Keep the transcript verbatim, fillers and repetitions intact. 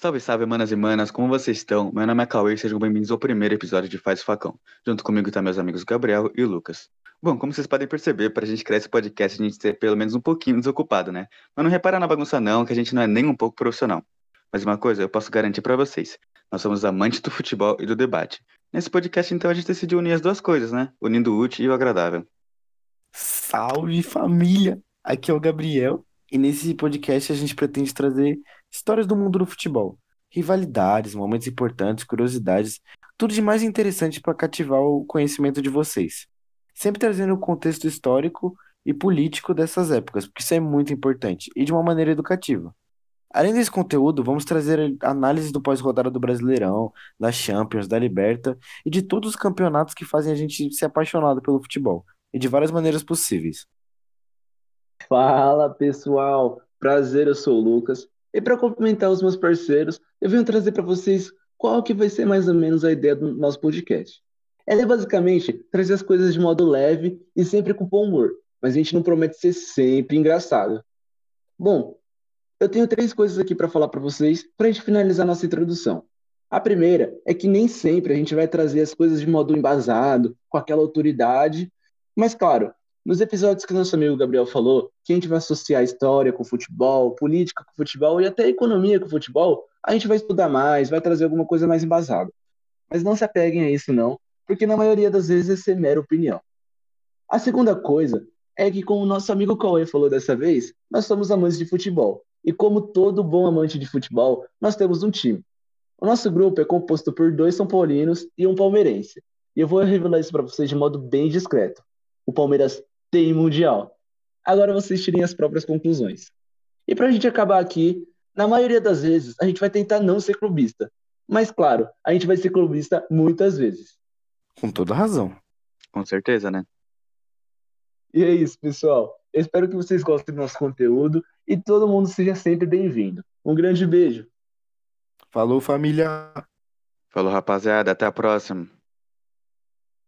Salve, salve, manas e manas, como vocês estão? Meu nome é Cauê e sejam bem-vindos ao primeiro episódio de Faz o Facão. Junto comigo tá meus amigos Gabriel e Lucas. Bom, como vocês podem perceber, pra gente criar esse podcast, a gente ser pelo menos um pouquinho desocupado, né? Mas não repara na bagunça não, que a gente não é nem um pouco profissional. Mas uma coisa eu posso garantir pra vocês, nós somos amantes do futebol e do debate. Nesse podcast, então, a gente decidiu unir as duas coisas, né? Unindo o útil e o agradável. Salve família! Aqui é o Gabriel e nesse podcast a gente pretende trazer histórias do mundo do futebol, rivalidades, momentos importantes, curiosidades, tudo de mais interessante para cativar o conhecimento de vocês. Sempre trazendo o contexto histórico e político dessas épocas, porque isso é muito importante e de uma maneira educativa. Além desse conteúdo, vamos trazer análises do pós-rodada do Brasileirão, da Champions, da Liberta e de todos os campeonatos que fazem a gente ser apaixonado pelo futebol, e de várias maneiras possíveis. Fala pessoal, prazer, eu sou o Lucas. E para complementar os meus parceiros, eu venho trazer para vocês qual que vai ser mais ou menos a ideia do nosso podcast. Ela é basicamente trazer as coisas de modo leve e sempre com bom humor, mas a gente não promete ser sempre engraçado. Bom, eu tenho três coisas aqui para falar para vocês para a gente finalizar nossa introdução. A primeira é que nem sempre a gente vai trazer as coisas de modo embasado, com aquela autoridade, mas claro, nos episódios que nosso amigo Gabriel falou, que a gente vai associar a história com o futebol, política com o futebol e até a economia com o futebol, a gente vai estudar mais, vai trazer alguma coisa mais embasada. Mas não se apeguem a isso não, porque na maioria das vezes isso é mera opinião. A segunda coisa é que, como o nosso amigo Cauê falou dessa vez, nós somos amantes de futebol. E como todo bom amante de futebol, nós temos um time. O nosso grupo é composto por dois São Paulinos e um palmeirense. E eu vou revelar isso para vocês de modo bem discreto. O Palmeiras tem Mundial. Agora vocês tirem as próprias conclusões. E para a gente acabar aqui, na maioria das vezes, a gente vai tentar não ser clubista. Mas claro, a gente vai ser clubista muitas vezes. Com toda razão. Com certeza, né? E é isso, pessoal. Eu espero que vocês gostem do nosso conteúdo e todo mundo seja sempre bem-vindo. Um grande beijo. Falou, família! Falou, rapaziada, até a próxima.